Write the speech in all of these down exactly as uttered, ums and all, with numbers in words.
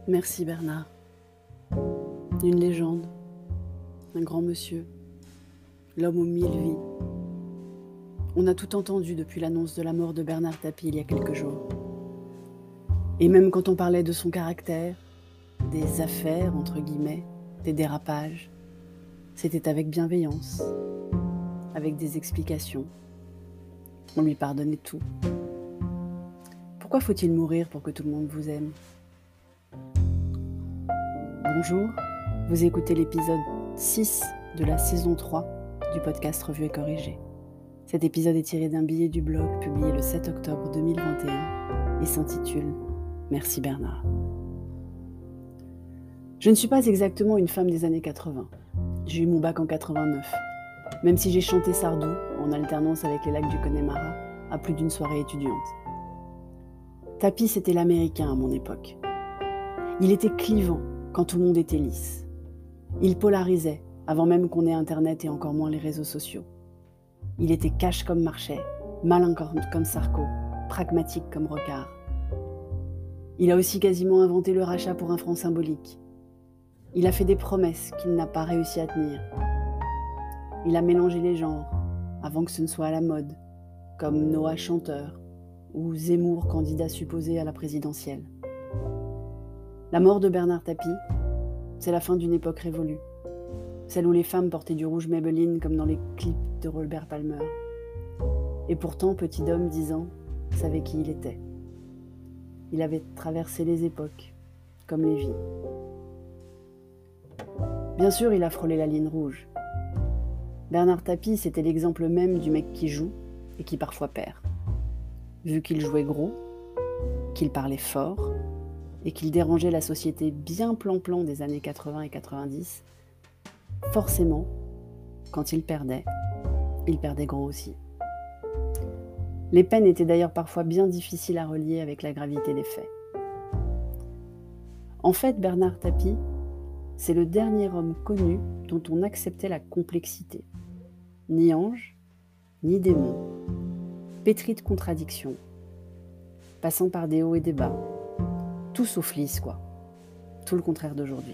Merci Bernard. Une légende, un grand monsieur, l'homme aux mille vies. On a tout entendu depuis l'annonce de la mort de Bernard Tapie il y a quelques jours. Et même quand on parlait de son caractère, des affaires, entre guillemets, des dérapages, c'était avec bienveillance, avec des explications. On lui pardonnait tout. Pourquoi faut-il mourir pour que tout le monde vous aime ? Bonjour, vous écoutez l'épisode six de la saison trois du podcast Revue et Corrigée. Cet épisode est tiré d'un billet du blog publié le sept octobre deux mille vingt et un et s'intitule « Merci Bernard ». Je ne suis pas exactement une femme des années quatre-vingts. J'ai eu mon bac en quatre-vingt-neuf, même si j'ai chanté Sardou en alternance avec les lacs du Connemara à plus d'une soirée étudiante. Tapie, c'était l'américain à mon époque. Il était clivant quand tout le monde était lisse. Il polarisait avant même qu'on ait Internet et encore moins les réseaux sociaux. Il était cash comme Marchais, malin comme Sarko, pragmatique comme Rocard. Il a aussi quasiment inventé le rachat pour un franc symbolique. Il a fait des promesses qu'il n'a pas réussi à tenir. Il a mélangé les genres avant que ce ne soit à la mode, comme Noah chanteur ou Zemmour candidat supposé à la présidentielle. La mort de Bernard Tapie, c'est la fin d'une époque révolue. Celle où les femmes portaient du rouge Maybelline comme dans les clips de Robert Palmer. Et pourtant, petit homme, dix ans, savait qui il était. Il avait traversé les époques, comme les vies. Bien sûr, il a frôlé la ligne rouge. Bernard Tapie, c'était l'exemple même du mec qui joue et qui parfois perd. Vu qu'il jouait gros, qu'il parlait fort et qu'il dérangeait la société bien plan-plan des années quatre-vingts et quatre-vingt-dix, forcément, quand il perdait, il perdait gros aussi. Les peines étaient d'ailleurs parfois bien difficiles à relier avec la gravité des faits. En fait, Bernard Tapie, c'est le dernier homme connu dont on acceptait la complexité. Ni ange, ni démon, pétri de contradictions, passant par des hauts et des bas, tout sauf lisse, quoi. Tout le contraire d'aujourd'hui.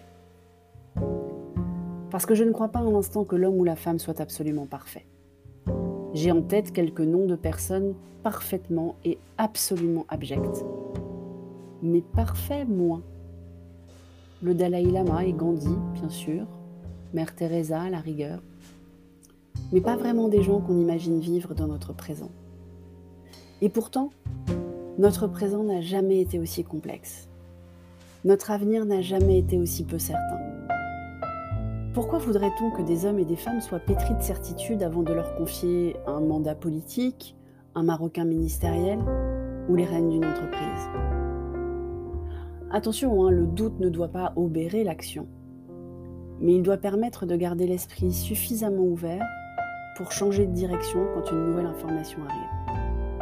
Parce que je ne crois pas un instant que l'homme ou la femme soit absolument parfait. J'ai en tête quelques noms de personnes parfaitement et absolument abjectes. Mais parfait, moins. Le Dalai Lama et Gandhi, bien sûr, Mère Teresa à la rigueur, mais pas vraiment des gens qu'on imagine vivre dans notre présent. Et pourtant, notre présent n'a jamais été aussi complexe. Notre avenir n'a jamais été aussi peu certain. Pourquoi voudrait-on que des hommes et des femmes soient pétris de certitude avant de leur confier un mandat politique, un maroquin ministériel ou les rênes d'une entreprise ? Attention, hein, le doute ne doit pas obérer l'action, mais il doit permettre de garder l'esprit suffisamment ouvert pour changer de direction quand une nouvelle information arrive.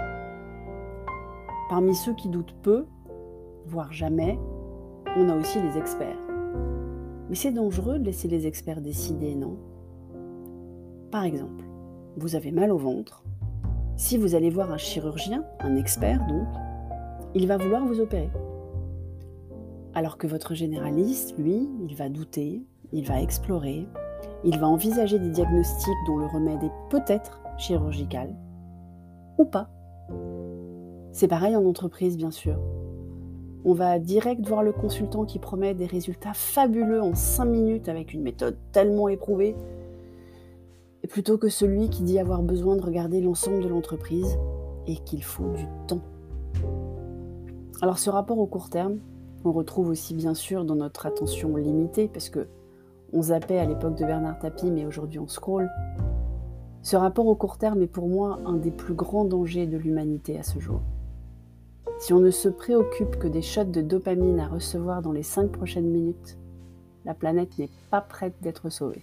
Parmi ceux qui doutent peu, voire jamais, on a aussi les experts. Mais c'est dangereux de laisser les experts décider, non ? Par exemple, vous avez mal au ventre. Si vous allez voir un chirurgien, un expert donc, il va vouloir vous opérer. Alors que votre généraliste, lui, il va douter, il va explorer, il va envisager des diagnostics dont le remède est peut-être chirurgical, ou pas. C'est pareil en entreprise, bien sûr. On va direct voir le consultant qui promet des résultats fabuleux en cinq minutes avec une méthode tellement éprouvée, et plutôt que celui qui dit avoir besoin de regarder l'ensemble de l'entreprise et qu'il faut du temps. Alors ce rapport au court terme, on retrouve aussi bien sûr dans notre attention limitée, parce que on zappait à l'époque de Bernard Tapie, mais aujourd'hui on scrolle. Ce rapport au court terme est pour moi un des plus grands dangers de l'humanité à ce jour. Si on ne se préoccupe que des shots de dopamine à recevoir dans les cinq prochaines minutes, la planète n'est pas prête d'être sauvée.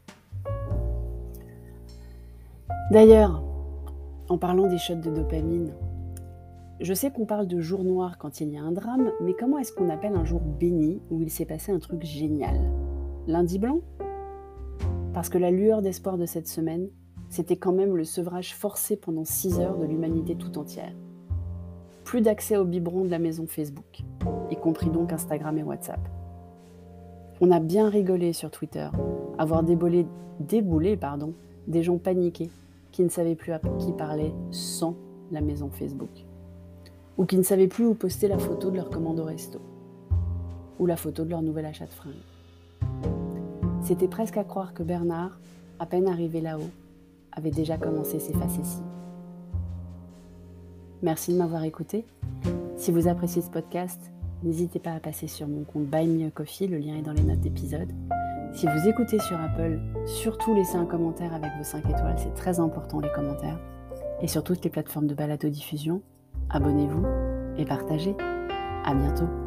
D'ailleurs, en parlant des shots de dopamine, je sais qu'on parle de jour noir quand il y a un drame, mais comment est-ce qu'on appelle un jour béni où il s'est passé un truc génial ? Lundi blanc ? Parce que la lueur d'espoir de cette semaine, c'était quand même le sevrage forcé pendant six heures de l'humanité tout entière. plus d'accès au biberon de la maison Facebook, y compris donc Instagram et WhatsApp. On a bien rigolé sur Twitter, à voir déboulé, débouler pardon, des gens paniqués qui ne savaient plus à qui parler sans la maison Facebook, ou qui ne savaient plus où poster la photo de leur commande au resto, ou la photo de leur nouvel achat de fringues. C'était presque à croire que Bernard, à peine arrivé là-haut, avait déjà commencé ses facéties. Merci de m'avoir écouté. Si vous appréciez ce podcast, n'hésitez pas à passer sur mon compte Buy Me a Coffee, le lien est dans les notes d'épisode. Si vous écoutez sur Apple, surtout laissez un commentaire avec vos cinq étoiles, c'est très important les commentaires. Et sur toutes les plateformes de balado-diffusion, abonnez-vous et partagez. À bientôt.